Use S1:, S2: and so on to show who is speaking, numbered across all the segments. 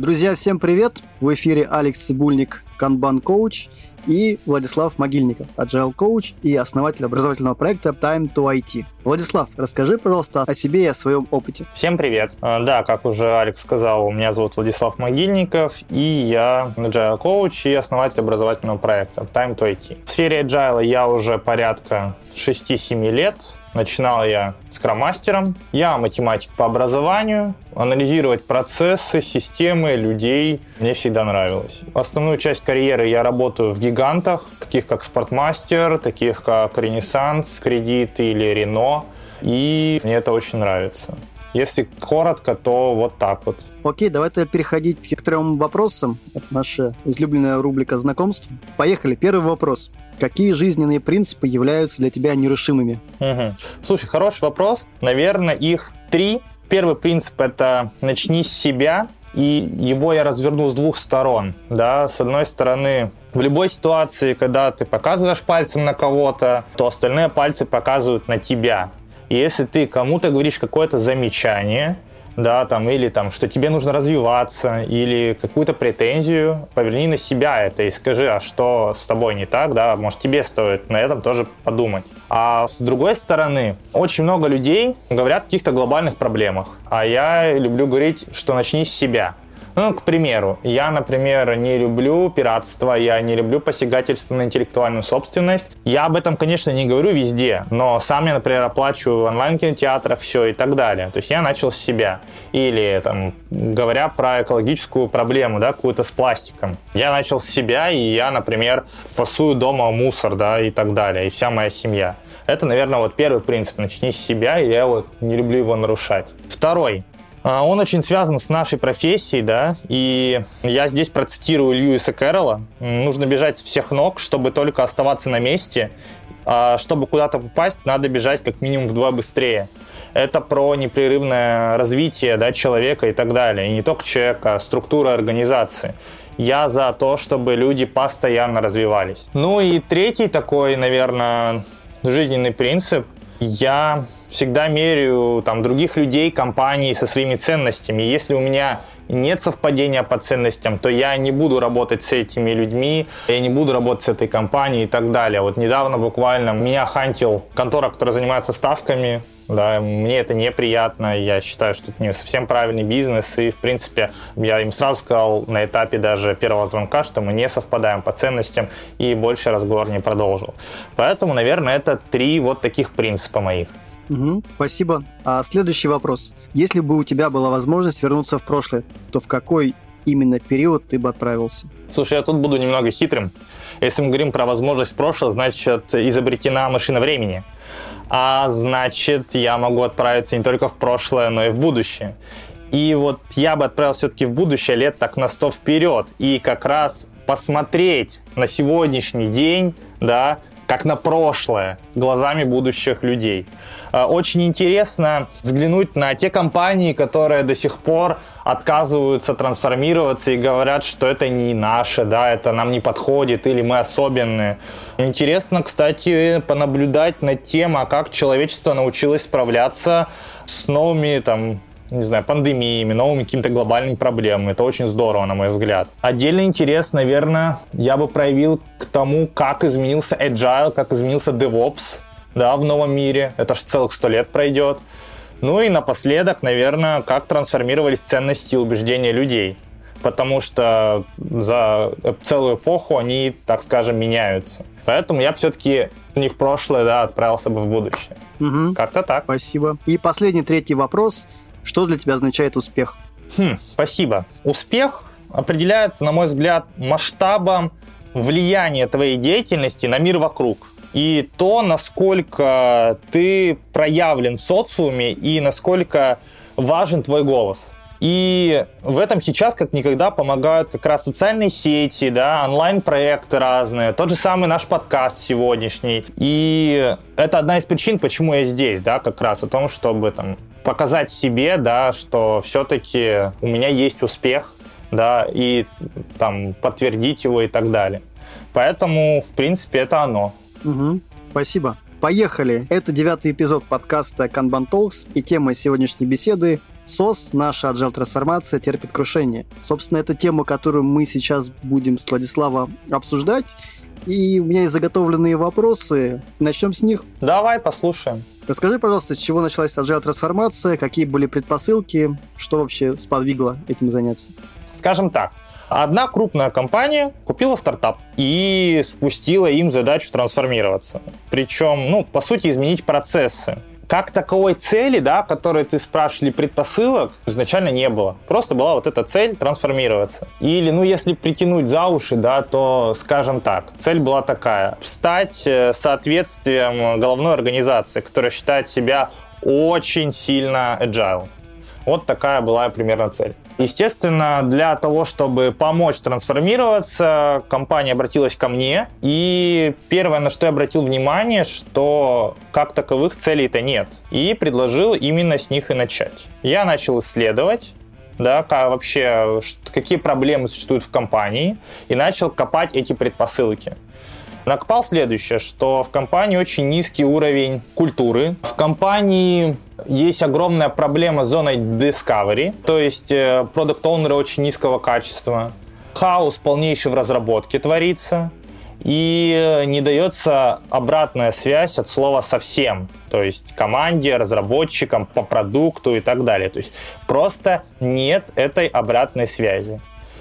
S1: Друзья, всем привет! В эфире Алекс Цибульник, Kanban Coach, и Владислав Могильников, Agile Coach и основатель образовательного проекта Time to IT. Владислав, расскажи, пожалуйста, о себе и о своем опыте.
S2: Всем привет! Да, как уже Алекс сказал, меня зовут Владислав Могильников, и я Agile Coach и основатель образовательного проекта Time to IT. В сфере Agile я уже порядка 6-7 лет. Начинал я скрам-мастером. Я математик по образованию. Анализировать процессы, системы, людей мне всегда нравилось. Основную часть карьеры я работаю в гигантах, таких как Спортмастер, таких как Ренессанс, Кредит или Рено. И мне это очень нравится. Если коротко, то вот так вот.
S1: Окей, давайте переходить к 3 вопросам. Это наша излюбленная рубрика знакомств. Поехали. Первый вопрос. Какие жизненные принципы являются для тебя нерушимыми?
S2: Слушай, хороший вопрос. Наверное, их 3. Первый принцип – это «начни с себя». И его я разверну с 2 сторон. Да? С одной стороны, в любой ситуации, когда ты показываешь пальцем на кого-то, то остальные пальцы показывают на тебя. И если ты кому-то говоришь какое-то замечание, да, там, или там, что тебе нужно развиваться, или какую-то претензию, поверни на себя это и скажи, а что с тобой не так, да, может, тебе стоит на этом тоже подумать. А с другой стороны, очень много людей говорят о каких-то глобальных проблемах, а я люблю говорить, что начни с себя. Ну, к примеру, я, например, не люблю пиратство, я не люблю посягательство на интеллектуальную собственность. Я об этом, конечно, не говорю везде, но сам я, например, оплачиваю онлайн-кинотеатрах, все и так далее. То есть я начал с себя. Или, там, говоря про экологическую проблему, да, какую-то с пластиком. Я начал с себя, и я, например, фасую дома мусор, да, и так далее, и вся моя семья. Это, наверное, вот первый принцип. Начни с себя, и я вот не люблю его нарушать. Второй. Он очень связан с нашей профессией, да, и я здесь процитирую Льюиса Кэрролла. Нужно бежать со всех ног, чтобы только оставаться на месте. А чтобы куда-то попасть, надо бежать как минимум вдвое быстрее. Это про непрерывное развитие, да, человека и так далее. И не только человека, а структура организации. Я за то, чтобы люди постоянно развивались. Ну и третий такой, наверное, жизненный принцип. Я всегда меряю там, других людей, компаний со своими ценностями. Если у меня нет совпадения по ценностям, то я не буду работать с этими людьми, я не буду работать с этой компанией и так далее. Вот недавно буквально меня хантил контора, которая занимается ставками. Да, мне это неприятно, я считаю, что это не совсем правильный бизнес, и, в принципе, я им сразу сказал на этапе даже первого звонка, что мы не совпадаем по ценностям, и больше разговор не продолжил. Поэтому, наверное, это 3 вот таких принципа моих.
S1: Спасибо. А следующий вопрос. Если бы у тебя была возможность вернуться в прошлое, то в какой именно период ты бы отправился?
S2: Слушай, я тут буду немного хитрым. Если мы говорим про возможность прошлого, значит, изобретена машина времени. А значит, я могу отправиться не только в прошлое, но и в будущее. И вот я бы отправился все-таки в будущее лет так на 100 вперед. И как раз посмотреть на сегодняшний день, да, как на прошлое, глазами будущих людей. Очень интересно взглянуть на те компании, которые до сих пор отказываются трансформироваться и говорят, что это не наше, да, это нам не подходит или мы особенные. Интересно, кстати, понаблюдать над тем, как человечество научилось справляться с новыми, там, не знаю, пандемиями, новыми какими-то глобальными проблемами. Это очень здорово, на мой взгляд. Отдельно интерес, наверное, я бы проявил к тому, как изменился Agile, как изменился DevOps, да, в новом мире. Это же целых 100 лет пройдет. Ну и напоследок, наверное, как трансформировались ценности и убеждения людей. Потому что за целую эпоху они, так скажем, меняются. Поэтому я все-таки не в прошлое, да, отправился бы в будущее. Как-то так.
S1: Спасибо. И последний, 3 вопрос. Что для тебя означает успех?
S2: Спасибо. Успех определяется, на мой взгляд, масштабом влияния твоей деятельности на мир вокруг. И то, насколько ты проявлен в социуме и насколько важен твой голос. И в этом сейчас как никогда помогают как раз социальные сети, да, онлайн-проекты разные, тот же самый наш подкаст сегодняшний. И это одна из причин, почему я здесь, да, как раз о том, чтобы там показать себе, да, что все-таки у меня есть успех, да, и там подтвердить его и так далее. Поэтому, в принципе, это оно.
S1: Спасибо. Поехали. Это 9-й эпизод подкаста Kanban Talks, и тема сегодняшней беседы SOS, наша agile трансформация терпит крушение. Собственно, это тема, которую мы сейчас будем с Владиславом обсуждать. И у меня есть заготовленные вопросы. Начнем с них.
S2: Давай, послушаем.
S1: Расскажи, пожалуйста, с чего началась agile трансформация, какие были предпосылки, что вообще сподвигло этим заняться?
S2: Скажем так, одна крупная компания купила стартап и спустила им задачу трансформироваться. Причем, по сути, изменить процессы. Как таковой цели, да, которой ты спрашивали, предпосылок, изначально не было. Просто была вот эта цель трансформироваться. Или, если притянуть за уши, да, то, скажем так, цель была такая: стать соответствием головной организации, которая считает себя очень сильно agile. Вот такая была примерно цель. Естественно, для того, чтобы помочь трансформироваться, компания обратилась ко мне. И первое, на что я обратил внимание, что как таковых целей-то нет. И предложил именно с них и начать. Я начал исследовать, да, какие проблемы существуют в компании, и начал копать эти предпосылки. Накопал следующее, что в компании очень низкий уровень культуры. В компании есть огромная проблема с зоной discovery, то есть продакт-оунеры очень низкого качества. Хаос полнейший в разработке творится. И не дается обратная связь от слова «совсем», то есть команде, разработчикам, по продукту и так далее. То есть просто нет этой обратной связи.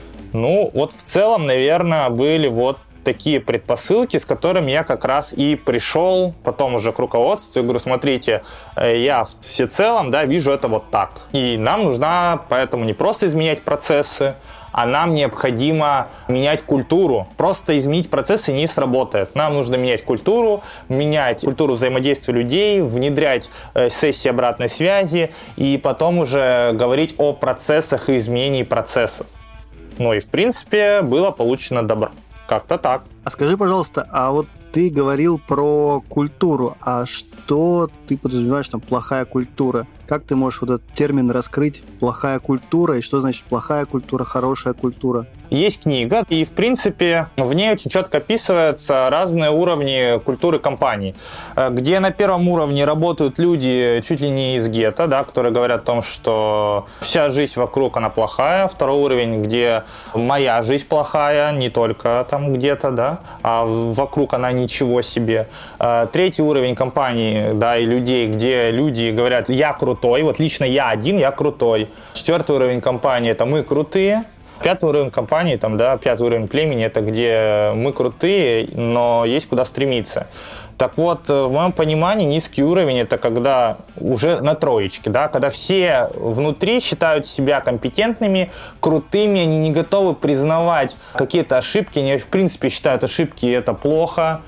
S2: В целом, наверное, были такие предпосылки, с которыми я как раз и пришел потом уже к руководству и говорю: смотрите, я всецелом, вижу это вот так. И нам нужно поэтому не просто изменять процессы, а нам необходимо менять культуру. Просто изменить процессы не сработает. Нам нужно менять культуру взаимодействия людей, внедрять сессии обратной связи и потом уже говорить о процессах и изменении процессов. И в принципе было получено добро. Как-то так.
S1: А скажи, пожалуйста, ты говорил про культуру, а что ты подразумеваешь, плохая культура? Как ты можешь этот термин раскрыть, плохая культура, и что значит плохая культура, хорошая культура?
S2: Есть книга, и, в принципе, в ней очень четко описываются разные уровни культуры компании, где на первом уровне работают люди чуть ли не из гетто, которые говорят о том, что вся жизнь вокруг, она плохая. Второй уровень, где моя жизнь плохая, не только там где-то, а вокруг она ничего себе. Третий уровень компании, и людей, где люди говорят: я крутой, лично я один, я крутой. Четвертый уровень компании – это мы крутые. Пятый уровень компании, пятый уровень племени – это где мы крутые, но есть куда стремиться. Так вот, в моем понимании, низкий уровень – это когда уже на троечке, когда все внутри считают себя компетентными, крутыми, они не готовы признавать какие-то ошибки, они, в принципе, считают ошибки – это плохо.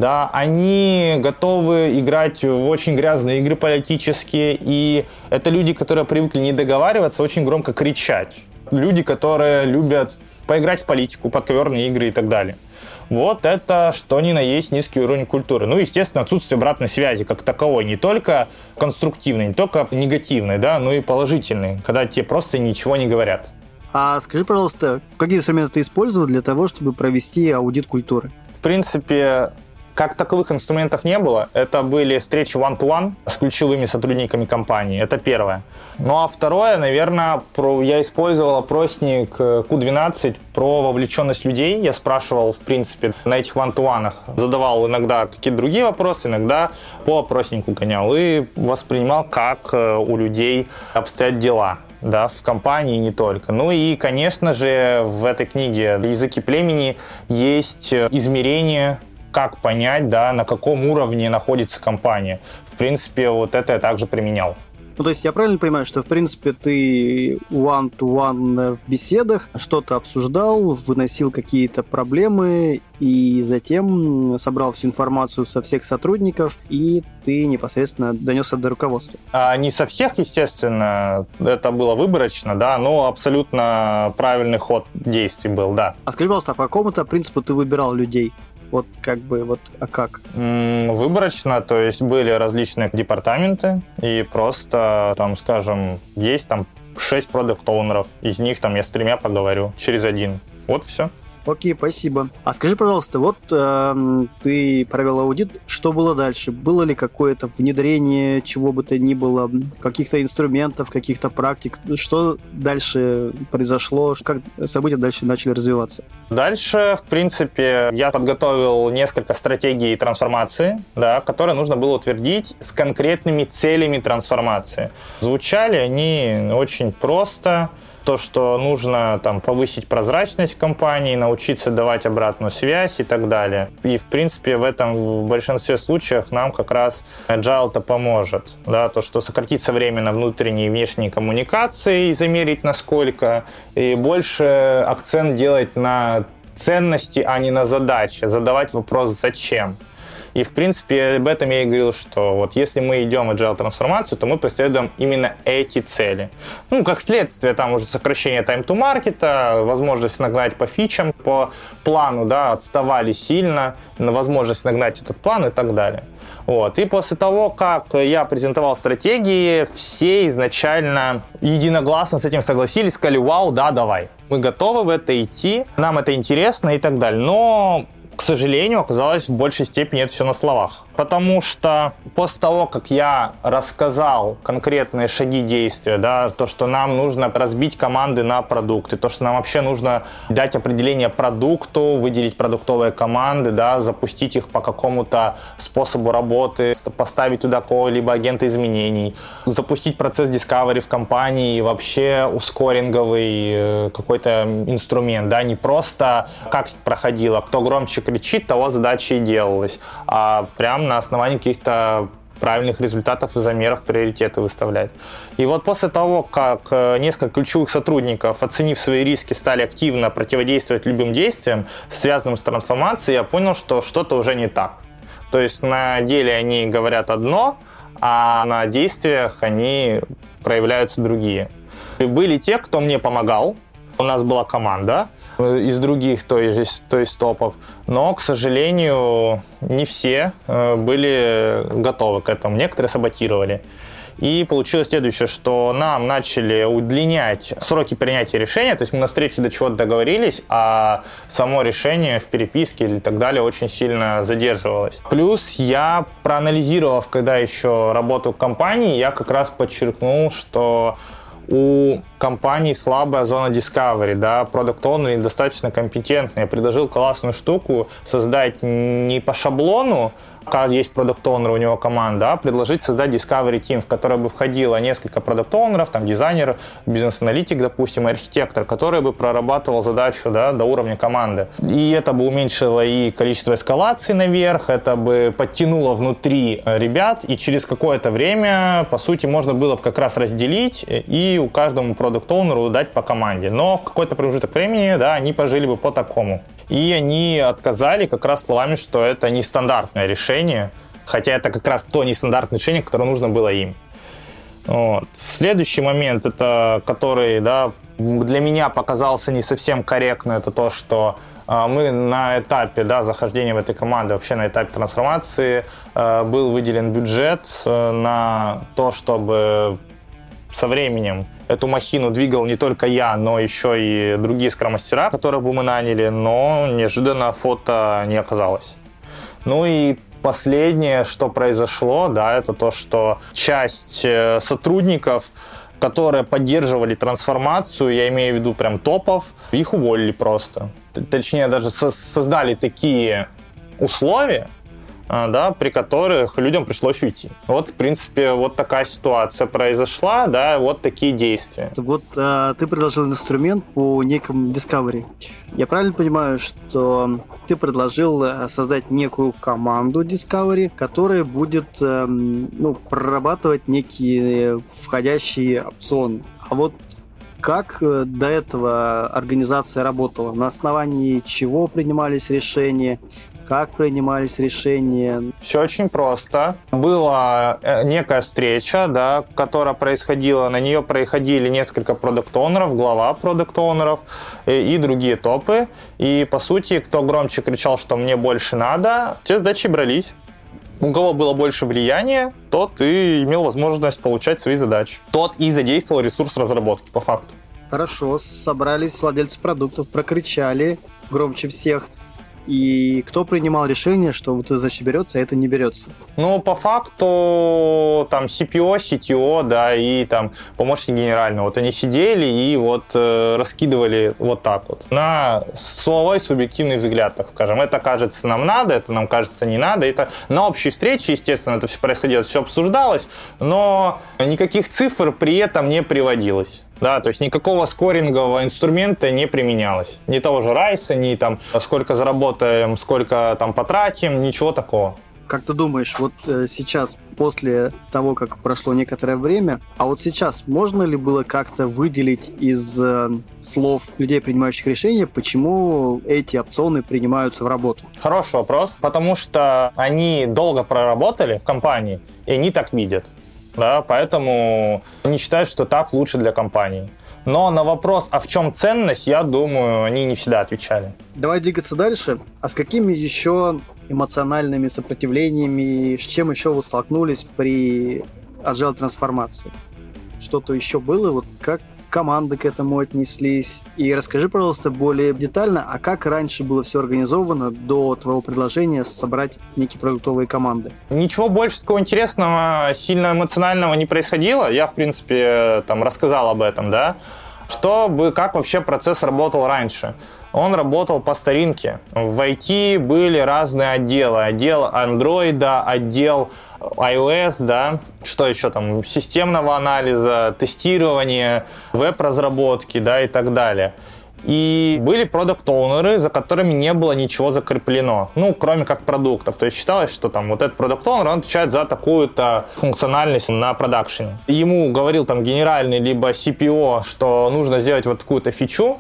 S2: Они готовы играть в очень грязные игры политические, и это люди, которые привыкли не договариваться, очень громко кричать. Люди, которые любят поиграть в политику, подковерные игры и так далее. Вот это что ни на есть низкий уровень культуры. Естественно, отсутствие обратной связи как таковой, не только конструктивной, не только негативной, но и положительной, когда тебе просто ничего не говорят.
S1: А скажи, пожалуйста, какие инструменты ты использовал для того, чтобы провести аудит культуры?
S2: В принципе, как таковых инструментов не было. Это были встречи one-to-one с ключевыми сотрудниками компании. Это первое. А второе, наверное, я использовал опросник Q12 про вовлеченность людей. Я спрашивал, в принципе, на этих one-to-one. Задавал иногда какие-то другие вопросы, иногда по опроснику гонял. И воспринимал, как у людей обстоят дела. В компании не только. И, конечно же, в этой книге «Языки племени» есть измерение, как понять, на каком уровне находится компания. В принципе, это я также применял.
S1: То есть я правильно понимаю, что, в принципе, ты one-to-one в беседах что-то обсуждал, выносил какие-то проблемы и затем собрал всю информацию со всех сотрудников, и ты непосредственно донес это до руководства?
S2: Не со всех, естественно, это было выборочно, но абсолютно правильный ход действий был, да.
S1: А скажи, пожалуйста, по какому-то принципу ты выбирал людей? А как?
S2: Выборочно, то есть были различные департаменты, и просто, есть 6 продакт-оунеров, из них я с 3 поговорю через один. Вот все.
S1: Окей, спасибо. А скажи, пожалуйста, вот ты провел аудит, что было дальше? Было ли какое-то внедрение чего бы то ни было, каких-то инструментов, каких-то практик? Что дальше произошло? Как события дальше начали развиваться?
S2: Дальше, в принципе, я подготовил несколько стратегий трансформации, да, которые нужно было утвердить с конкретными целями трансформации. Звучали они очень просто. То, что нужно там повысить прозрачность в компании, научиться давать обратную связь и так далее. И, в принципе, в большинстве случаев нам как раз Agile-то поможет. Да? То, что сократится время на внутренние и внешние коммуникации и замерить насколько, и больше акцент делать на ценности, а не на задачи. Задавать вопрос «зачем?». И, в принципе, об этом я и говорил, что вот если мы идем в agile-трансформацию, то мы преследуем именно эти цели. Ну, как следствие, там уже сокращение time to market, возможность нагнать по фичам, по плану, да, отставали сильно, возможность нагнать этот план и так далее. Вот. И после того, как я презентовал стратегии, все изначально единогласно с этим согласились, сказали: вау, да, давай. Мы готовы в это идти, нам это интересно и так далее. Но, к сожалению, оказалось в большей степени это все на словах. Потому что после того, как я рассказал конкретные шаги действия, да, то, что нам нужно разбить команды на продукты, то, что нам вообще нужно дать определение продукту, выделить продуктовые команды, да, запустить их по какому-то способу работы, поставить туда какого-либо агента изменений, запустить процесс discovery в компании, вообще ускоринговый какой-то инструмент, да, не просто как проходило, кто громче кричит, того задача и делалась, а прям на основании каких-то правильных результатов и замеров приоритеты выставлять. И вот после того, как несколько ключевых сотрудников, оценив свои риски, стали активно противодействовать любым действиям, связанным с трансформацией, я понял, что что-то уже не так. То есть на деле они говорят одно, а на действиях они проявляются другие. И были те, кто мне помогал. У нас была команда из других, то есть топов. Но, к сожалению, не все были готовы к этому. Некоторые саботировали. И получилось следующее, что нам начали удлинять сроки принятия решения, то есть мы на встрече до чего-то договорились, а само решение в переписке и так далее очень сильно задерживалось. Плюс я, проанализировав, когда еще работаю в компании, я как раз подчеркнул, что у компании слабая зона discovery, да, продакт-оунеры недостаточно компетентны. Я предложил классную штуку создать не по шаблону, как есть продакт-оунер, у него команда, а предложить создать discovery team, в который бы входило несколько продакт-оунеров, там дизайнер, бизнес-аналитик, допустим, архитектор, который бы прорабатывал задачу, да, до уровня команды. И это бы уменьшило и количество эскалаций наверх, это бы подтянуло внутри ребят, и через какое-то время, по сути, можно было бы как раз разделить и у каждому продакт-оунеру дать по команде. Но в какой-то промежуток времени, да, они пожили бы по такому. И они отказали как раз словами, что это нестандартное решение, хотя это как раз то нестандартное решение, которое нужно было им. Вот. Следующий момент, это который, да, для меня показался не совсем корректно, это то, что мы на этапе, да, захождения в этой команды, вообще на этапе трансформации был выделен бюджет на то, чтобы со временем эту махину двигал не только я, но еще и другие скрам-мастера, которых бы мы наняли, но неожиданно фото не оказалось. Ну и последнее, что произошло, да, это то, что часть сотрудников, которые поддерживали трансформацию, я имею в виду прям топов, их уволили просто. Точнее, даже создали такие условия, да, при которых людям пришлось уйти. Вот, в принципе, вот такая ситуация произошла, да, вот такие действия.
S1: Вот ты предложил инструмент по некому Discovery. Я правильно понимаю, что ты предложил создать некую команду Discovery, которая будет прорабатывать некие входящие опционы. А вот как до этого организация работала? На основании чего принимались решения? Как принимались решения?
S2: Все очень просто. Была некая встреча, да, которая происходила. На нее проходили несколько продакт-оунеров, глава продакт-оунеров и другие топы. И, по сути, кто громче кричал, что мне больше надо, те задачи брались. У кого было больше влияния, тот и имел возможность получать свои задачи. Тот и задействовал ресурс разработки, по факту.
S1: Хорошо, собрались владельцы продуктов, прокричали. громче всех, и кто принимал решение, что вот это, значит, берется, а это не берется?
S2: Ну, по факту, там, CPO, CTO, да, и там помощник генерального, вот они сидели и вот раскидывали вот так вот на свой субъективный взгляд, так скажем. Это кажется нам надо, это нам кажется не надо. Это на общей встрече, естественно, это все происходило, все обсуждалось, но никаких цифр при этом не приводилось. Да, то есть никакого скорингового инструмента не применялось. Ни того же райса, ни там сколько заработаем, сколько там потратим, ничего такого.
S1: Как ты думаешь, вот сейчас, после того, как прошло некоторое время, а вот сейчас можно ли было как-то выделить из слов людей, принимающих решения, почему эти опционы принимаются в работу?
S2: Хороший вопрос, потому что они долго проработали в компании, и они так видят. Да, поэтому они считают, что так лучше для компании. Но на вопрос, а в чем ценность, я думаю, они не всегда отвечали.
S1: Давай двигаться дальше. А с какими еще эмоциональными сопротивлениями, с чем еще вы столкнулись при agile трансформации? Что-то еще было? Вот как команды к этому отнеслись? И расскажи, пожалуйста, более детально, а как раньше было все организовано до твоего предложения собрать некие продуктовые команды?
S2: Ничего больше такого интересного, сильно эмоционального не происходило. Я, в принципе, там рассказал об этом, да. Как вообще процесс работал раньше? Он работал по старинке. В IT были разные отделы. Отдел Android, отдел iOS, да, что еще там, системного анализа, тестирования, веб-разработки, да, и так далее. И были продакт-оунеры, за которыми не было ничего закреплено, ну, кроме как продуктов. То есть считалось, что там вот этот продакт-оунер, он отвечает за такую-то функциональность на продакшене. Ему говорил там генеральный либо CPO, что нужно сделать вот такую-то фичу.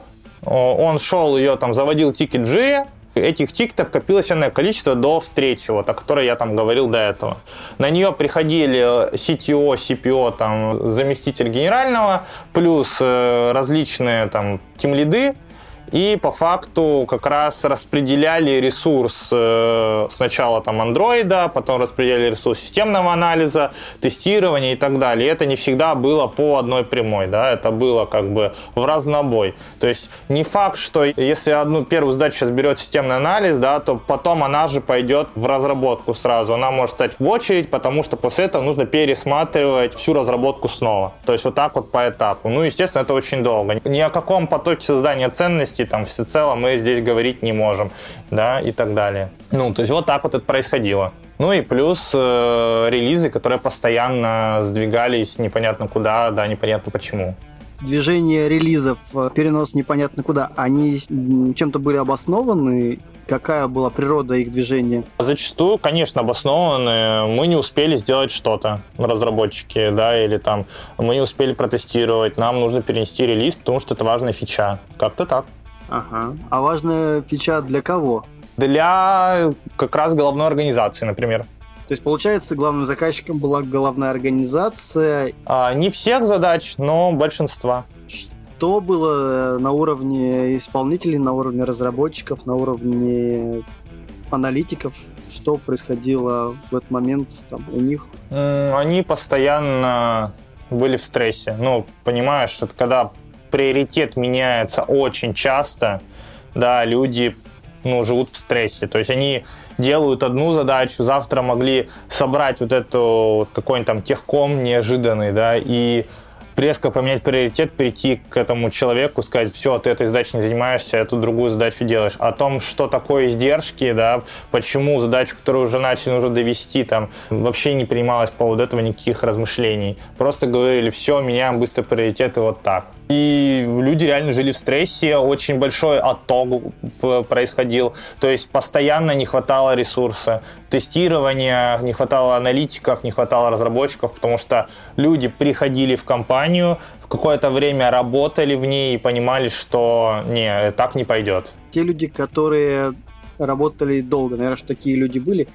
S2: Он шел ее там, заводил тикет в Jira. Этих тикетов копилось энное количество до встречи, вот, о которой я там говорил до этого. На нее приходили CTO, CPO, там, заместитель генерального, плюс различные там тимлиды, и по факту как раз распределяли ресурс сначала там андроида, потом распределяли ресурс системного анализа, тестирования и так далее. И это не всегда было по одной прямой, да, это было как бы в разнобой. То есть не факт, что если первую задачу сейчас берет системный анализ, да, то потом она же пойдет в разработку сразу. Она может стать в очередь, потому что после этого нужно пересматривать всю разработку снова. То есть вот так вот по этапу. Ну, естественно, это очень долго. Ни о каком потоке создания ценностей там всецело мы здесь говорить не можем, да, и так далее. Ну, то есть вот так вот это происходило. Ну и плюс релизы, которые постоянно сдвигались непонятно куда, да, непонятно почему.
S1: Движение релизов, перенос непонятно куда, они чем-то были обоснованы? Какая была природа их движения?
S2: Зачастую, конечно, обоснованы. Мы не успели сделать что-то, разработчики, да, или там мы не успели протестировать, нам нужно перенести релиз, потому что это важная фича. Как-то так.
S1: Ага. А важная фича для кого?
S2: Для как раз головной организации, например.
S1: То есть, получается, главным заказчиком была головная организация?
S2: Не всех задач, но большинства.
S1: Что было на уровне исполнителей, на уровне разработчиков, на уровне аналитиков? Что происходило в этот момент там, у них?
S2: Они постоянно были в стрессе. Ну, понимаешь, это когда приоритет меняется очень часто, да, люди живут в стрессе. То есть они делают одну задачу, завтра могли собрать вот эту какой-нибудь там техком неожиданный, да, и резко поменять приоритет, перейти к этому человеку, сказать, все, ты этой задачей не занимаешься, эту другую задачу делаешь. О том, что такое издержки, да, почему задачу, которую уже начали, нужно довести, там, вообще не принималось по поводу этого никаких размышлений. Просто говорили, все, меняем быстро приоритеты вот так. И люди реально жили в стрессе, очень большой отток происходил, то есть постоянно не хватало ресурса, тестирования, не хватало аналитиков, не хватало разработчиков, потому что люди приходили в компанию, в какое-то время работали в ней и понимали, что не, так не пойдет.
S1: Те люди, которые работали долго, наверное, что такие люди были,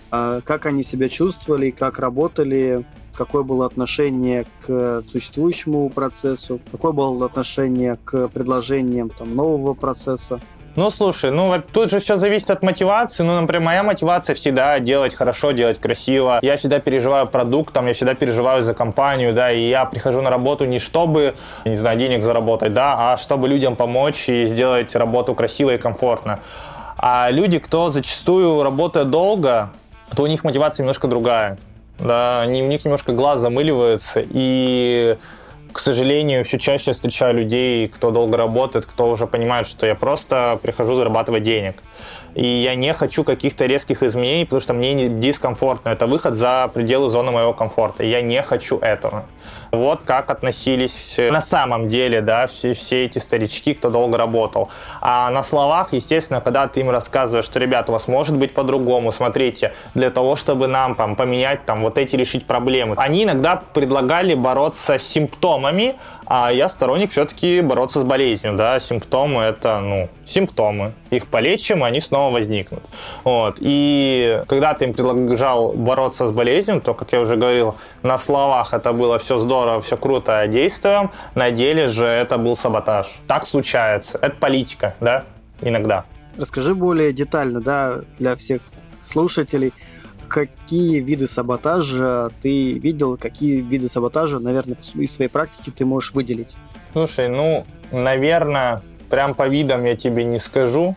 S1: как они себя чувствовали, как работали, какое было отношение к существующему процессу, какое было отношение к предложениям там, нового процесса.
S2: Ну, слушай, тут же все зависит от мотивации. Например, моя мотивация всегда делать хорошо, делать красиво. Я всегда переживаю продуктом, я всегда переживаю за компанию, да, и я прихожу на работу не чтобы, не знаю, денег заработать, да, а чтобы людям помочь и сделать работу красиво и комфортно. А люди, кто зачастую работает долго, то у них мотивация немножко другая. Да, у них немножко глаз замыливается, и, к сожалению, все чаще встречаю людей, кто долго работает, кто уже понимает, что я просто прихожу зарабатывать денег. И я не хочу каких-то резких изменений, потому что мне дискомфортно. Это выход за пределы зоны моего комфорта. И я не хочу этого. Вот как относились на самом деле, да, все эти старички, кто долго работал. А на словах, естественно, когда ты им рассказываешь, что, ребята, у вас может быть по-другому, смотрите, для того, чтобы нам поменять вот эти, решить проблемы. Они иногда предлагали бороться с симптомами, а я сторонник все-таки бороться с болезнью, да, симптомы это, симптомы. Их полечим, и они снова возникнут. Вот. И когда ты им предлагал бороться с болезнью, то, как я уже говорил, на словах это было все здорово, все круто, а действуем, на деле же это был саботаж. Так случается. Это политика, да, иногда.
S1: Расскажи более детально, да, для всех слушателей, какие виды саботажа ты видел, какие виды саботажа, наверное, из своей практики ты можешь выделить?
S2: Слушай, наверное, прям по видам я тебе не скажу,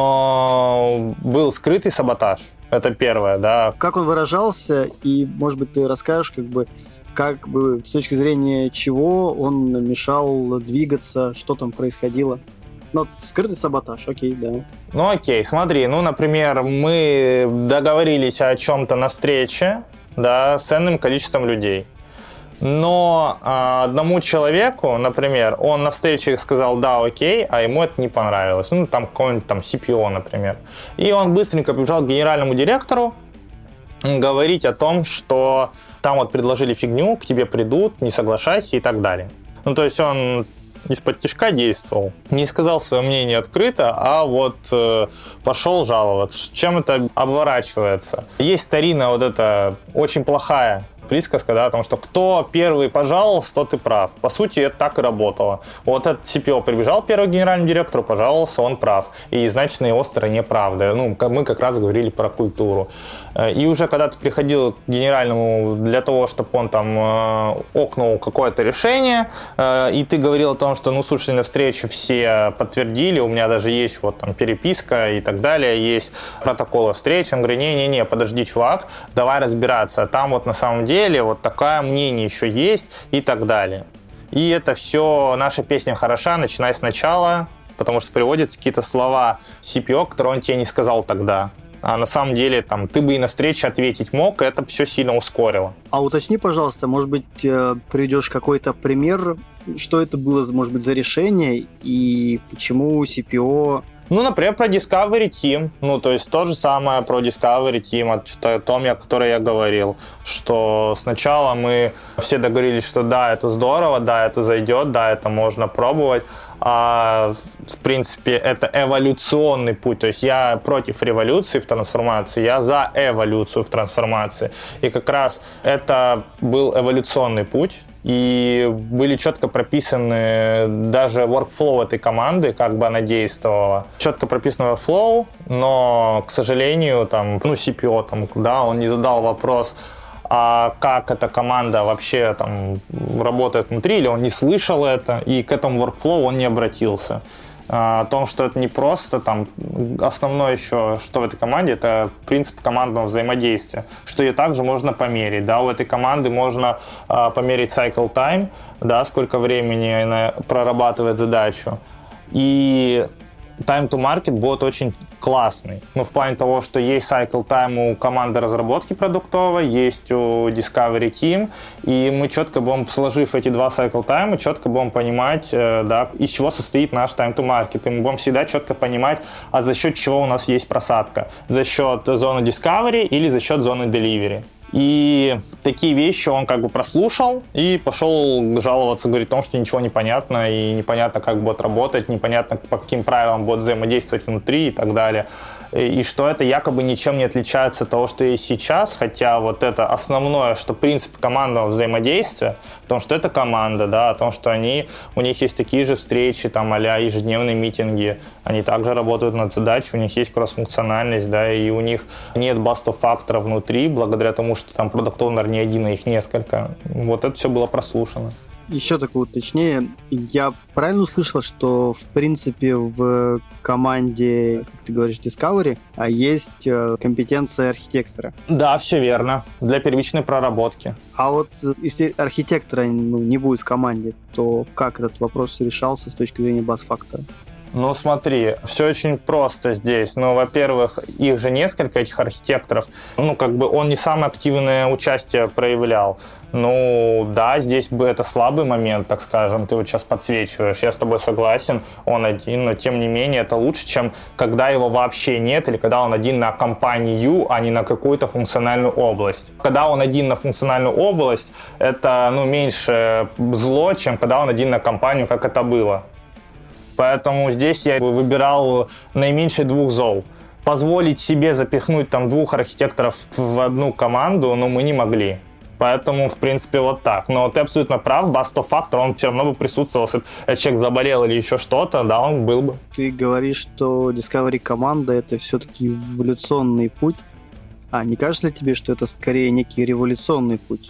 S2: но был скрытый саботаж. Это первое, да.
S1: Как он выражался, и, может быть, ты расскажешь, как бы с точки зрения чего он мешал двигаться, что там происходило? Скрытый саботаж, окей, да.
S2: Окей, смотри, например, мы договорились о чем-то на встрече, да, с ценным количеством людей. Но одному человеку, например, он на встрече сказал «да, окей», а ему это не понравилось. Какой-нибудь CPO, например. И он быстренько побежал к генеральному директору говорить о том, что там предложили фигню, к тебе придут, не соглашайся и так далее. То есть он из-под тишка действовал. Не сказал свое мнение открыто, а пошел жаловаться. Чем это оборачивается? Есть старинная эта очень плохая присказка, да, о том, что кто первый пожаловался, тот и прав. По сути, это так и работало. Этот CPO прибежал первый к генеральному директору, пожаловался, он прав. И, значит, на его стороне правда. Мы как раз говорили про культуру. И уже когда ты приходил к генеральному для того, чтобы он окнул какое-то решение, и ты говорил о том, что, слушай, на встрече все подтвердили, у меня даже есть переписка и так далее, есть протоколы встреч. Он говорит, не-не-не, подожди, чувак, давай разбираться. Там на самом деле такое мнение еще есть и так далее. И это все, наша песня хороша, начиная сначала, потому что приводятся какие-то слова CPO, которые он тебе не сказал тогда. А на самом деле ты бы и на встрече ответить мог, и это все сильно ускорило.
S1: А уточни, пожалуйста, может быть, приведешь какой-то пример, что это было, может быть, за решение и почему CPO...
S2: Например, про Discovery Team. То есть то же самое про Discovery Team, о том, о котором я говорил, что сначала мы все договорились, что да, это здорово, да, это зайдет, да, это можно пробовать. В принципе, это эволюционный путь. То есть я против революции в трансформации, я за эволюцию в трансформации. И как раз это был эволюционный путь. И были четко прописаны даже workflow этой команды, как бы она действовала. Четко прописан workflow, но, к сожалению, CPO, он не задал вопрос, а как эта команда вообще работает внутри, или он не слышал это, и к этому workflow он не обратился. О том, что это не просто, основное еще, что в этой команде, это принцип командного взаимодействия, что ее также можно померить, да, у этой команды можно померить cycle time, да, сколько времени она прорабатывает задачу, и time to market будет очень классный. В плане того, что есть cycle time у команды разработки продуктовой, есть у Discovery Team, и мы четко будем, сложив эти два cycle time, четко будем понимать, да, из чего состоит наш time to market. И мы будем всегда четко понимать, а за счет чего у нас есть просадка. За счет зоны Discovery или за счет зоны Delivery. И такие вещи он прослушал и пошел жаловаться, говорить о том, что ничего не понятно, и непонятно, как будет работать, непонятно, по каким правилам будет взаимодействовать внутри и так далее. и что это якобы ничем не отличается от того, что есть сейчас, хотя вот это основное, что принцип командного взаимодействия, о том, что это команда, да, о том, что у них есть такие же встречи, там, а-ля ежедневные митинги, они также работают над задачей, у них есть кросс-функциональность, да, и у них нет басто-фактора внутри, благодаря тому, что там продакт-оунер не один, а их несколько. Вот это все было прослушано.
S1: Еще такое уточнение. Я правильно услышал, что, в принципе, в команде, как ты говоришь, Discovery, есть компетенция архитектора?
S2: Да, все верно. Для первичной проработки.
S1: А вот если архитектора не будет в команде, то как этот вопрос решался с точки зрения бас-фактора?
S2: Ну, смотри, все очень просто здесь. Ну, во-первых, их же несколько, этих архитекторов. Ну, как бы он не самое активное участие проявлял. Ну, да, здесь бы это слабый момент, так скажем, ты вот сейчас подсвечиваешь. Я с тобой согласен, он один, но тем не менее это лучше, чем когда его вообще нет, или когда он один на компанию, а не на какую-то функциональную область. Когда он один на функциональную область, это, меньше зло, чем когда он один на компанию, как это было. Поэтому здесь я выбирал наименьшее двух зол. Позволить себе запихнуть там двух архитекторов в одну команду, мы не могли. Поэтому, в принципе, вот так. Но ты абсолютно прав, басто-фактор, он все равно бы присутствовал. Если бы человек заболел или еще что-то, да, он был бы.
S1: Ты говоришь, что Discovery команда — это все-таки эволюционный путь. А не кажется ли тебе, что это скорее некий революционный путь?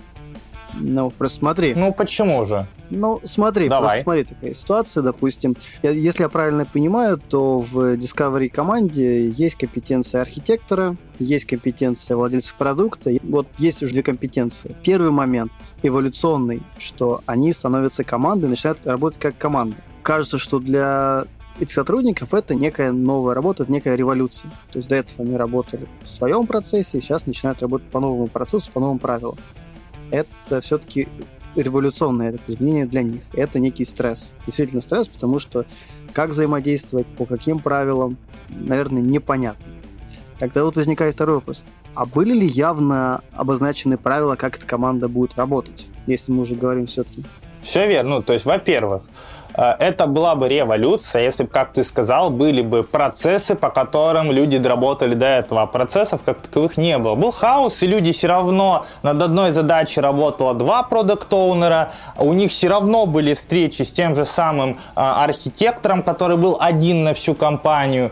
S1: Просто смотри.
S2: Почему же?
S1: Смотри,
S2: давай.
S1: Просто смотри, такая ситуация, допустим. Если я правильно понимаю, то в Discovery команде есть компетенция архитектора, есть компетенция владельцев продукта. Вот есть уже две компетенции. Первый момент эволюционный, что они становятся командой, начинают работать как команда. Кажется, что для этих сотрудников это некая новая работа, это некая революция. То есть до этого они работали в своем процессе, сейчас начинают работать по новому процессу, по новым правилам. Это все-таки революционное изменение для них. Это некий стресс. Действительно стресс, потому что как взаимодействовать, по каким правилам, наверное, непонятно. Тогда вот возникает второй вопрос. А были ли явно обозначены правила, как эта команда будет работать, если мы уже говорим все-таки?
S2: Все верно. То есть, во-первых, это была бы революция, если бы, как ты сказал, были бы процессы, по которым люди доработали до этого, а процессов как таковых не было. Был хаос, и люди все равно над одной задачей работало два продакт-оунера, у них все равно были встречи с тем же самым архитектором, который был один на всю компанию,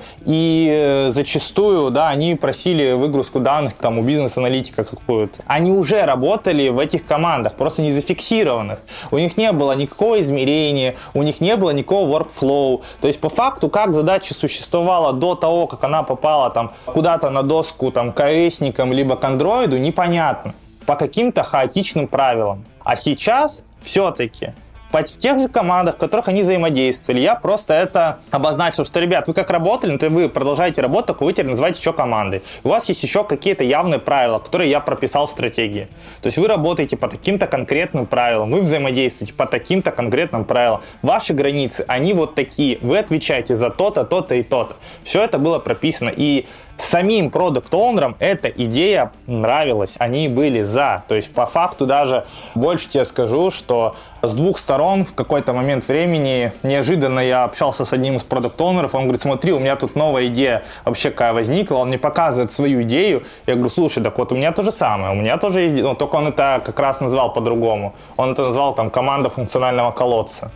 S2: и зачастую, да, они просили выгрузку данных там у бизнес-аналитика какую-то. Они уже работали в этих командах, просто не зафиксированных. У них не было никакого измерения, у них не было никакого workflow. То есть, по факту, как задача существовала до того, как она попала там куда-то на доску там, к АЭСникам либо к андроиду, непонятно. По каким-то хаотичным правилам. А сейчас все-таки в тех же командах, в которых они взаимодействовали, я просто это обозначил, что, ребят, вы как работали, то вы продолжаете работать, только вы теперь называете еще командой. У вас есть еще какие-то явные правила, которые я прописал в стратегии. То есть вы работаете по таким-то конкретным правилам, вы взаимодействуете по таким-то конкретным правилам. Ваши границы, они вот такие. Вы отвечаете за то-то, то-то и то-то. Все это было прописано. И самим продакт-оунерам эта идея нравилась, они были за. То есть по факту даже больше тебе скажу, что с двух сторон в какой-то момент времени неожиданно я общался с одним из продакт-оунеров, он говорит, смотри, у меня тут новая идея вообще какая возникла, он мне показывает свою идею, я говорю, слушай, так вот у меня то же самое, у меня тоже есть, только он это как раз назвал по-другому, он это назвал там команда функционального колодца,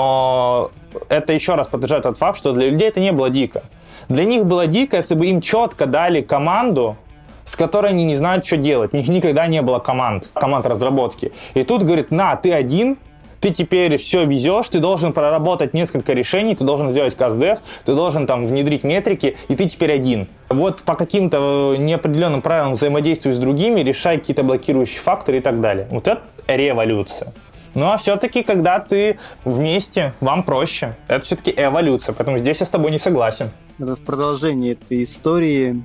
S2: но это еще раз подтверждает тот факт, что для людей это не было дико. Для них было дико, если бы им четко дали команду, с которой они не знают, что делать. У них никогда не было команд разработки. И тут говорит, ты один, ты теперь все везешь, ты должен проработать несколько решений, ты должен сделать CastDev, ты должен там внедрить метрики, и ты теперь один. Вот по каким-то неопределенным правилам взаимодействуй с другими, решай какие-то блокирующие факторы и так далее. Вот это революция. Ну, а все-таки, когда ты вместе, вам проще. Это все-таки эволюция, поэтому здесь я с тобой не согласен.
S1: В продолжении этой истории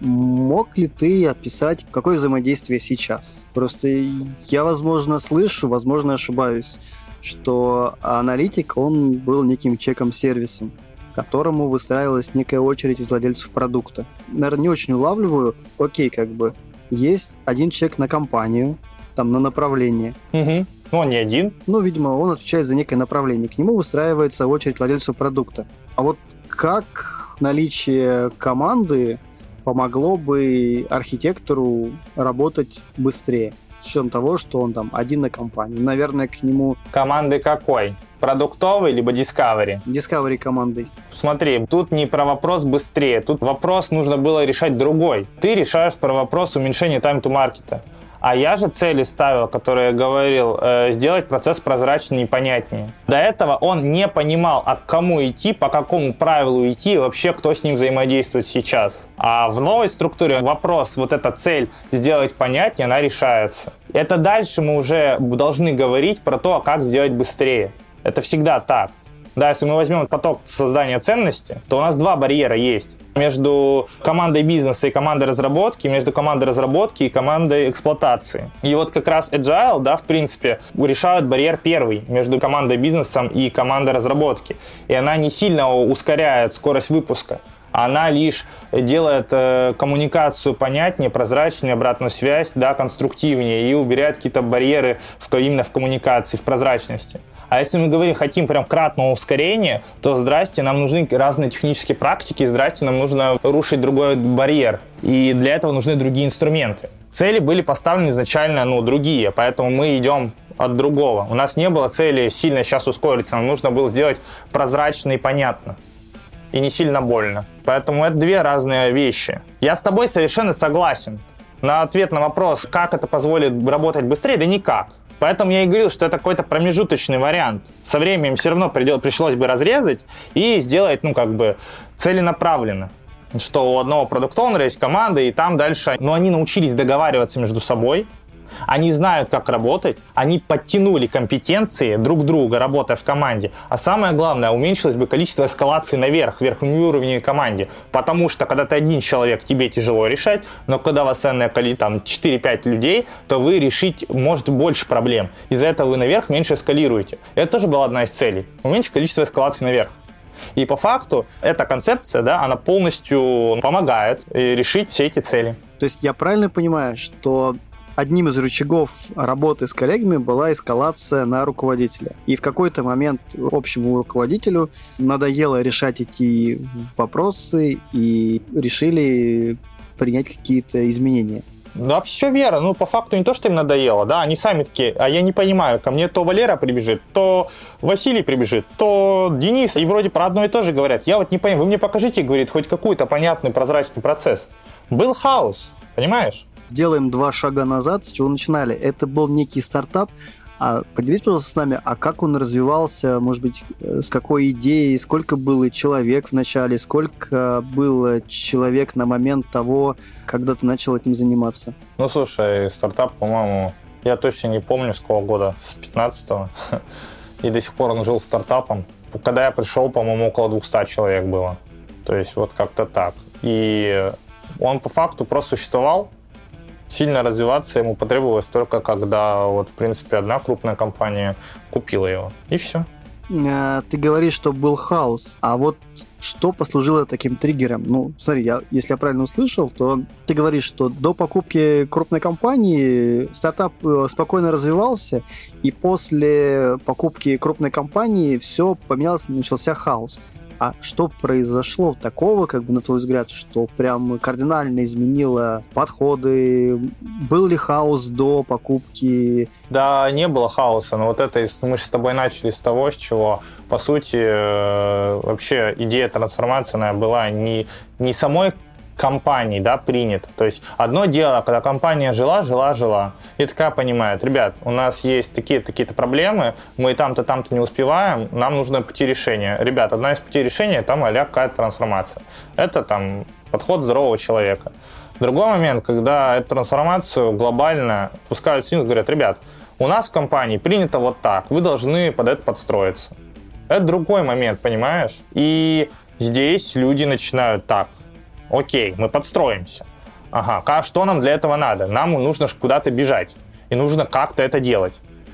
S1: мог ли ты описать, какое взаимодействие сейчас? Просто я, возможно, слышу, возможно, ошибаюсь, что аналитик, он был неким чеком-сервисом, к которому выстраивалась некая очередь из владельцев продукта. Наверное, не очень улавливаю. Окей, есть один человек на компанию, там, на направление.
S2: Угу. Ну, он не один.
S1: Видимо, он отвечает за некое направление. К нему выстраивается очередь владельцев продукта. А вот как наличие команды помогло бы архитектору работать быстрее? С учетом того, что он там один на компании. Наверное, к нему...
S2: Команды какой? Продуктовый либо Discovery?
S1: Discovery командой.
S2: Смотри, тут не про вопрос быстрее, тут вопрос нужно было решать другой. Ты решаешь про вопрос уменьшения time to market. А я же цели ставил, которые я говорил, сделать процесс прозрачнее и понятнее. До этого он не понимал, а к кому идти, по какому правилу идти и вообще кто с ним взаимодействует сейчас. А в новой структуре вопрос, вот эта цель сделать понятнее, она решается. Это дальше мы уже должны говорить про то, как сделать быстрее. Это всегда так. Да, если мы возьмем поток создания ценности, то у нас два барьера есть. Между командой бизнеса и командой разработки, между командой разработки и командой эксплуатации. И вот как раз Agile, да, в принципе, решает барьер первый между командой бизнеса и командой разработки. И она не сильно ускоряет скорость выпуска. Она лишь делает коммуникацию понятнее, прозрачнее, обратную связь, да, конструктивнее и убирает какие-то барьеры именно в коммуникации, в прозрачности. А если мы говорим, хотим прям кратного ускорения, то здрасте, нам нужны разные технические практики, здрасте, нам нужно рушить другой барьер. И для этого нужны другие инструменты. Цели были поставлены изначально, другие, поэтому мы идем от другого. У нас не было цели сильно сейчас ускориться, нам нужно было сделать прозрачно и понятно. И не сильно больно. Поэтому это две разные вещи. Я с тобой совершенно согласен. На ответ на вопрос, как это позволит работать быстрее, да никак. Поэтому я и говорил, что это какой-то промежуточный вариант. Со временем все равно пришлось бы разрезать и сделать, целенаправленно. Что у одного продукт-оунера есть команда, и там дальше... они научились договариваться между собой, они знают, как работать, они подтянули компетенции друг друга, работая в команде. А самое главное, уменьшилось бы количество эскалаций наверх, в верхнеуровневой команде. Потому что, когда ты один человек, тебе тяжело решать, но когда у вас ценное количество, 4-5 людей, то вы решить может больше проблем. Из-за этого вы наверх меньше эскалируете. Это тоже была одна из целей. Уменьшить количество эскалаций наверх. И по факту эта концепция, да, она полностью помогает решить все эти цели.
S1: То есть я правильно понимаю, что одним из рычагов работы с коллегами была эскалация на руководителя. И в какой-то момент общему руководителю надоело решать эти вопросы и решили принять какие-то изменения.
S2: Да, все верно. По факту не то, что им надоело, да, они сами такие, а я не понимаю, ко мне то Валера прибежит, то Василий прибежит, то Денис, и вроде про одно и то же говорят. Я вот не понимаю, вы мне покажите, говорит, хоть какой-то понятный прозрачный процесс. Был хаос, понимаешь?
S1: Сделаем 2 шага назад, с чего начинали. Это был некий стартап. Поделись, пожалуйста, с нами, а как он развивался, может быть, с какой идеей, сколько было человек в начале, сколько было человек на момент того, когда ты начал этим заниматься?
S2: Слушай, стартап, по-моему, я точно не помню, с какого года, с 15-го, и до сих пор он жил стартапом. Когда я пришел, по-моему, около 200 человек было. То есть вот как-то так. И он по факту просто существовал. Сильно развиваться ему потребовалось только когда, в принципе, одна крупная компания купила его. И все.
S1: Ты говоришь, что был хаос. А вот что послужило таким триггером? Смотри, если я правильно услышал, то ты говоришь, что до покупки крупной компании стартап спокойно развивался, и после покупки крупной компании все поменялось, начался хаос. А что произошло такого, на твой взгляд, что прям кардинально изменило подходы? Был ли хаос до покупки?
S2: Да, не было хаоса, но мы же с тобой начали с того, с чего, по сути, вообще идея трансформации она была не самой компании, да, принято. То есть одно дело, когда компания жила, и такая понимает, ребят, у нас есть такие-то проблемы, мы там-то не успеваем, нам нужны пути решения. Ребят, одна из путей решения там какая-то трансформация. Это подход здорового человека. Другой момент, когда эту трансформацию глобально пускают снизу, говорят, ребят, у нас в компании принято вот так, вы должны под это подстроиться. Это другой момент, понимаешь? И здесь люди начинают так. Окей, мы подстроимся. Ага, что нам для этого надо? Нам нужно куда-то бежать. И нужно как-то это делать.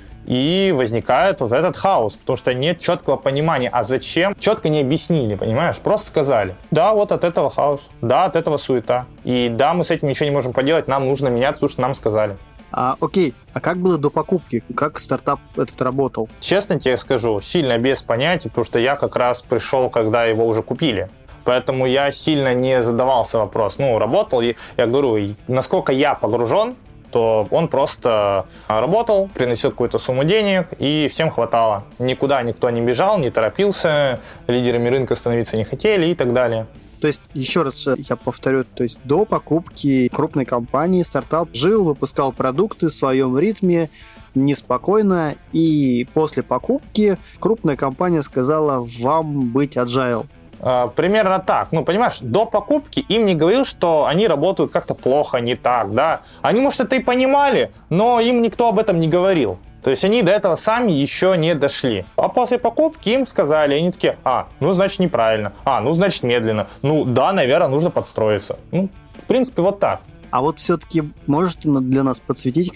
S2: И возникает этот хаос, потому что нет четкого понимания, а зачем, четко не объяснили, понимаешь? Просто сказали, да, вот от этого хаос, да, от этого суета. И да, мы с этим ничего не можем поделать, нам нужно меняться, потому что нам сказали.
S1: Окей, а как было до покупки? Как стартап этот работал?
S2: Честно тебе скажу, сильно без понятия, потому что я как раз пришел, когда его уже купили. Поэтому я сильно не задавался вопрос. Работал, и я говорю, насколько я погружен, то он просто работал, приносил какую-то сумму денег, и всем хватало. Никуда никто не бежал, не торопился, лидерами рынка становиться не хотели и так далее.
S1: То есть, еще раз я повторю, то есть до покупки крупной компании стартап жил, выпускал продукты в своем ритме, неспокойно, и после покупки крупная компания сказала вам быть agile.
S2: Примерно так. Понимаешь, до покупки им не говорил, что они работают как-то плохо, не так, да. Они, может, это и понимали, но им никто об этом не говорил. То есть они до этого сами еще не дошли. А после покупки им сказали, они такие, значит неправильно, значит медленно, да, наверное, нужно подстроиться. В принципе, вот так.
S1: А вот все-таки можете для нас подсветить,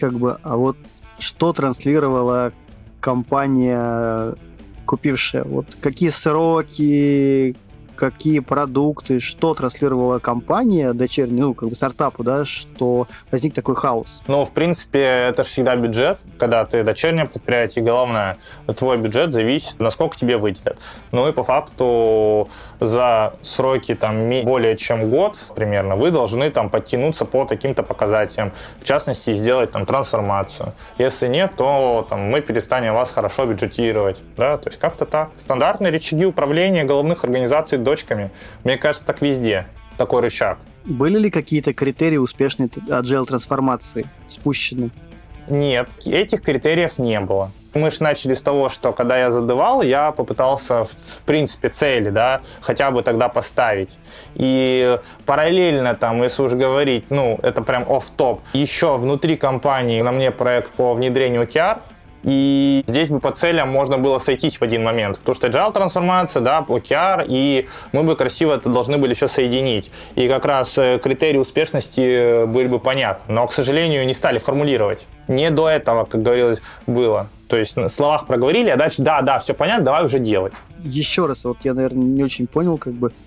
S1: что транслировала компания, купившая? Какие сроки, какие продукты, что транслировала компания дочерняя, стартапу, да, что возник такой хаос?
S2: В принципе, это же всегда бюджет. Когда ты дочернее предприятие, главное, твой бюджет зависит, насколько тебе выделят. И по факту за сроки более чем год примерно вы должны подтянуться по таким-то показателям. В частности, сделать трансформацию. Если нет, то мы перестанем вас хорошо бюджетировать. Да? То есть как-то так. Стандартные рычаги управления головных организаций дочками. Мне кажется, так везде. Такой рычаг.
S1: Были ли какие-то критерии успешной agile трансформации спущены?
S2: Нет, этих критериев не было. Мы же начали с того, что когда я задавал, я попытался, в принципе, цели, да, хотя бы тогда поставить. И параллельно, если уж говорить, это прям офф-топ, еще внутри компании на мне проект по внедрению OKR, и здесь бы по целям можно было сойтись в один момент, потому что agile трансформация, да, OKR, и мы бы красиво это должны были еще соединить. И как раз критерии успешности были бы понятны, но, к сожалению, не стали формулировать. Не до этого, как говорилось, было. То есть на словах проговорили, а дальше да, все понятно, давай уже делать.
S1: Еще раз, я, наверное, не очень понял,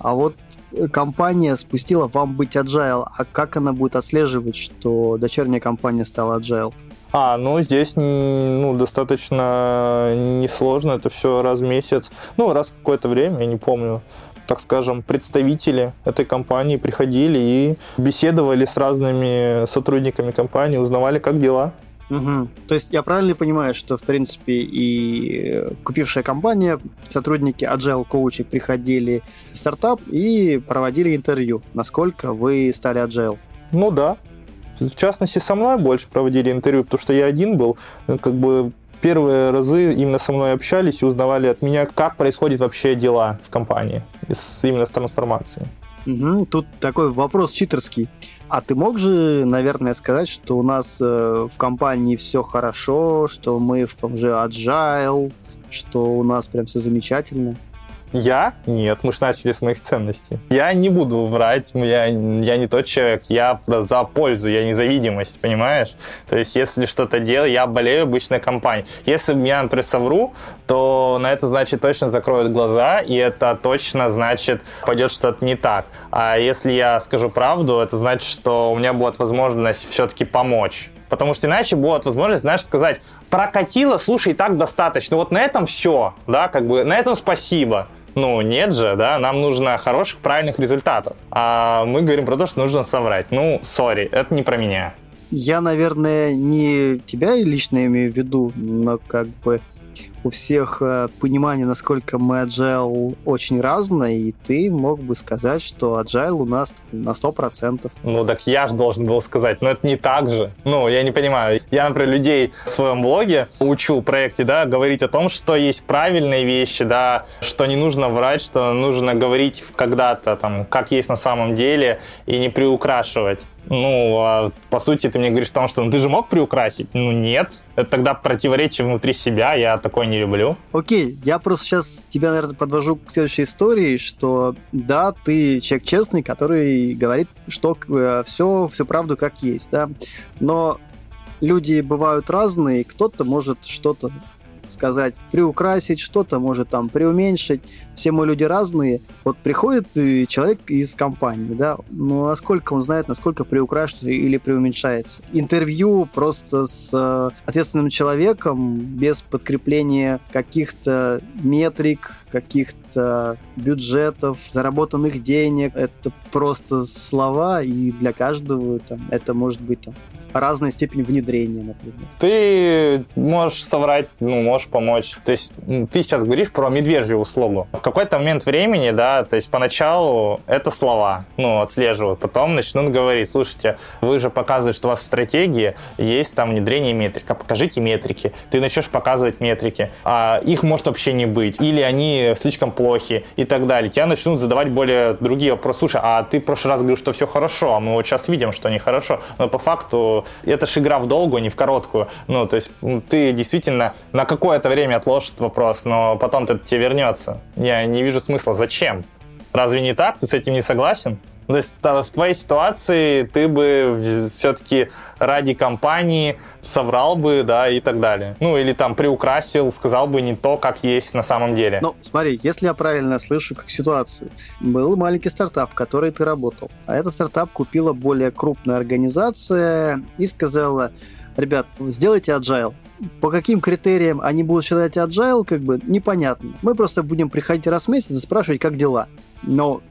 S1: компания спустила вам быть agile, а как она будет отслеживать, что дочерняя компания стала agile?
S2: Здесь достаточно несложно, это все раз в месяц, раз в какое-то время, я не помню, так скажем, представители этой компании приходили и беседовали с разными сотрудниками компании, узнавали, как дела.
S1: Угу. То есть я правильно понимаю, что, в принципе, и купившая компания, сотрудники agile коучи приходили в стартап и проводили интервью, насколько вы стали agile?
S2: Да. В частности, со мной больше проводили интервью, потому что я один был, первые разы именно со мной общались и узнавали от меня, как происходят вообще дела в компании именно с трансформацией.
S1: Угу. Тут такой вопрос читерский. А ты мог же, наверное, сказать, что у нас в компании все хорошо, что мы уже agile, что у нас прям все замечательно?
S2: Я? Нет, мы же начали с моих ценностей. Я не буду врать, я не тот человек, я за пользу, я не за видимость, понимаешь? То есть, если что-то делаю, я болею обычной компанией. Если я, например, совру, то на это, значит, точно закроют глаза, и это точно, значит, пойдет что-то не так. А если я скажу правду, это значит, что у меня будет возможность все-таки помочь. Потому что иначе будет возможность, сказать, прокатило, слушай, и так достаточно. На этом все, да, на этом спасибо. Нет же, да, нам нужно хороших, правильных результатов. А мы говорим про то, что нужно соврать. Сори, это не про меня.
S1: Я, наверное, не тебя лично имею в виду, но у всех понимание, насколько мы agile очень разное, и ты мог бы сказать, что agile у нас на 100%.
S2: Так я же должен был сказать, но это не так же. Я не понимаю. Я, например, людей в своем блоге учу в проекте, да, говорить о том, что есть правильные вещи, да, что не нужно врать, что нужно говорить когда-то, как есть на самом деле, и не приукрашивать. По сути, ты мне говоришь о том, что ты же мог приукрасить? Нет. Это тогда противоречие внутри себя, я такое не люблю.
S1: Окей, я просто сейчас тебя, наверное, подвожу к следующей истории, что да, ты человек честный, который говорит, что все правду как есть, да, но люди бывают разные, кто-то может что-то сказать приукрасить, что-то может там преуменьшить. Все мы люди разные. Вот приходит человек из компании, да, ну, насколько он знает, насколько приукрашивается или преуменьшается. Интервью просто с ответственным человеком без подкрепления каких-то метрик, каких-то бюджетов, заработанных денег. Это просто слова, и для каждого там, это может быть там разная степень внедрения, например.
S2: Ты можешь соврать, можешь помочь. То есть ты сейчас говоришь про медвежью услугу. В какой-то момент времени, да, то есть поначалу это слова, отслеживают. Потом начнут говорить, слушайте, вы же показываете, что у вас в стратегии есть там внедрение метрик. А покажите метрики. Ты начнешь показывать метрики. А их может вообще не быть. Или они слишком плохи и так далее. Тебя начнут задавать более другие вопросы. Слушай, а ты в прошлый раз говорил, что все хорошо, а мы вот сейчас видим, что нехорошо. Но по факту это же игра в долгую, а не в короткую. То есть ты действительно на какое-то время отложишь этот вопрос, но потом это тебе вернется. Я не вижу смысла. Зачем? Разве не так? Ты с этим не согласен? То есть в твоей ситуации ты бы все-таки ради компании соврал бы, да, и так далее. Или там приукрасил, сказал бы не то, как есть на самом деле.
S1: Смотри, если я правильно слышу как ситуацию, был маленький стартап, в который ты работал, а этот стартап купила более крупная организация и сказала: ребят, сделайте agile. По каким критериям они будут считать agile, непонятно. Мы просто будем приходить раз в месяц и спрашивать, как дела. Но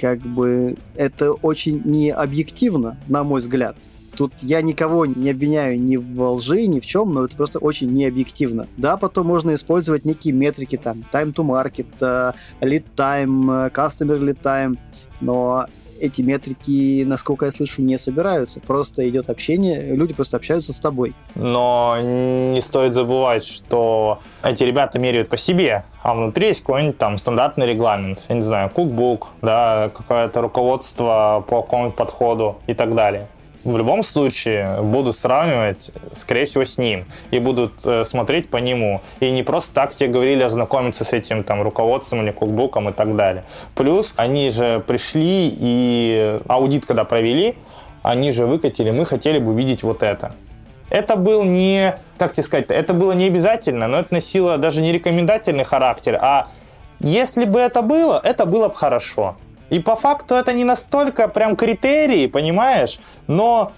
S1: это очень необъективно, на мой взгляд. Тут я никого не обвиняю ни во лжи, ни в чем, но это просто очень необъективно. Да, потом можно использовать некие метрики, там, time to market, lead time, customer lead time, но эти метрики, насколько я слышу, не собираются. Просто идет общение, люди просто общаются с тобой.
S2: Но не стоит забывать, что эти ребята меряют по себе, а внутри есть какой-нибудь там стандартный регламент. Я не знаю, кукбук, да, какое-то руководство по какому-нибудь подходу и так далее. В любом случае будут сравнивать, скорее всего, с ним. И будут смотреть по нему. И не просто так тебе говорили ознакомиться с этим там руководством или кукбуком и так далее. Плюс они же пришли и аудит когда провели, они же выкатили, мы хотели бы увидеть вот это. Это был не, как тебе сказать, это было не обязательно, но это носило даже не рекомендательный характер, а если бы это было бы хорошо. И по факту это не настолько прям критерии, понимаешь? Но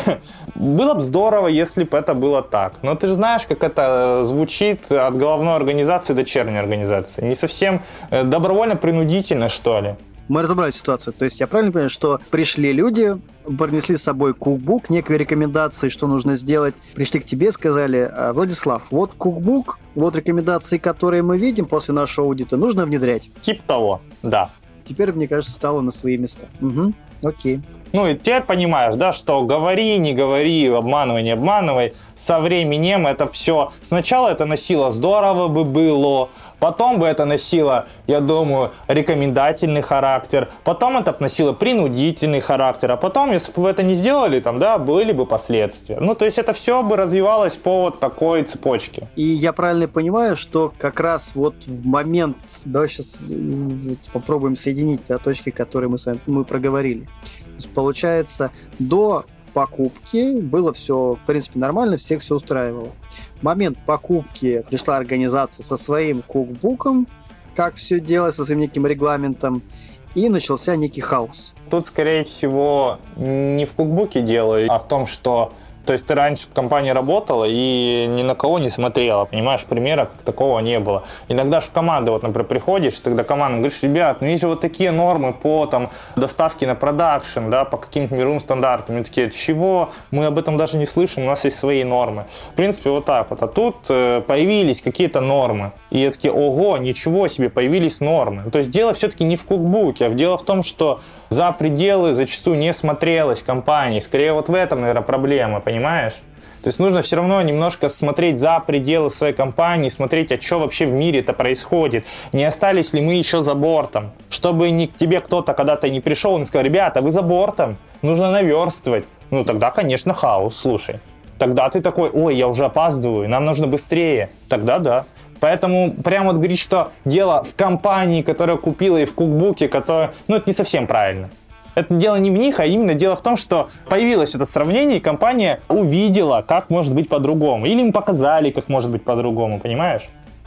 S2: было бы здорово, если бы это было так. Но ты же знаешь, как это звучит от головной организации до дочерней организации. Не совсем добровольно-принудительно, что ли.
S1: Мы разобрали ситуацию. То есть я правильно понимаю, что пришли люди, принесли с собой кукбук, некие рекомендации, что нужно сделать. Пришли к тебе, сказали: Владислав, вот кукбук, вот рекомендации, которые мы видим после нашего аудита, нужно внедрять.
S2: Тип того, да.
S1: Теперь, мне кажется, стало на свои места. Угу, окей.
S2: И теперь понимаешь, да, что говори, не говори, обманывай, не обманывай. Со временем это все... Сначала это носило здорово бы было, потом бы это носило, я думаю, рекомендательный характер, потом это носило принудительный характер, а потом, если бы вы это не сделали, там, да, были бы последствия. То есть это все бы развивалось по вот такой цепочке.
S1: И я правильно понимаю, что как раз вот в момент, давай сейчас попробуем соединить точки, которые мы проговорили. То есть получается, до покупки было все, в принципе, нормально, всех все устраивало. В момент покупки пришла организация со своим кукбуком, как все делать, со своим неким регламентом, и начался некий хаос.
S2: Тут, скорее всего, не в кукбуке дело, а в том, что... То есть ты раньше в компании работала и ни на кого не смотрела, понимаешь, примера как такого не было. Иногда же в команду, например, приходишь, тогда команда говоришь: ребят, есть же вот такие нормы по доставке на продакшн, да, по каким-то мировым стандартам. И такие: чего? Мы об этом даже не слышим, у нас есть свои нормы. В принципе, вот так вот. А тут появились какие-то нормы. И я такие: ого, ничего себе, появились нормы. То есть дело все-таки не в кукбуке, а дело в том, что за пределы зачастую не смотрелась компания. Скорее вот в этом, наверное, проблема, понимаешь? То есть нужно все равно немножко смотреть за пределы своей компании, смотреть, а что вообще в мире это происходит. Не остались ли мы еще за бортом? Чтобы не к тебе кто-то когда-то не пришел и сказал: ребята, вы за бортом, нужно наверстывать. Тогда, конечно, хаос, слушай. Тогда ты такой: ой, я уже опаздываю, нам нужно быстрее. Тогда да. Поэтому прямо вот говорить, что дело в компании, которая купила, и в кукбуке, которая... это не совсем правильно. Это дело не в них, а именно дело в том, что появилось это сравнение, и компания увидела, как может быть по-другому. Или им показали, как может быть по-другому, понимаешь?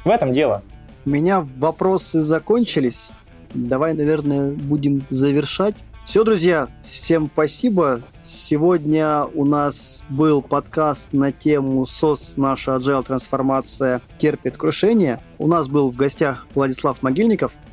S2: В этом дело.
S1: У меня вопросы закончились. Давай, наверное, будем завершать. Все, друзья, всем спасибо. Сегодня у нас был подкаст на тему «СОС. Наша agile трансформация терпит крушение». У нас был в гостях Владислав Могильников.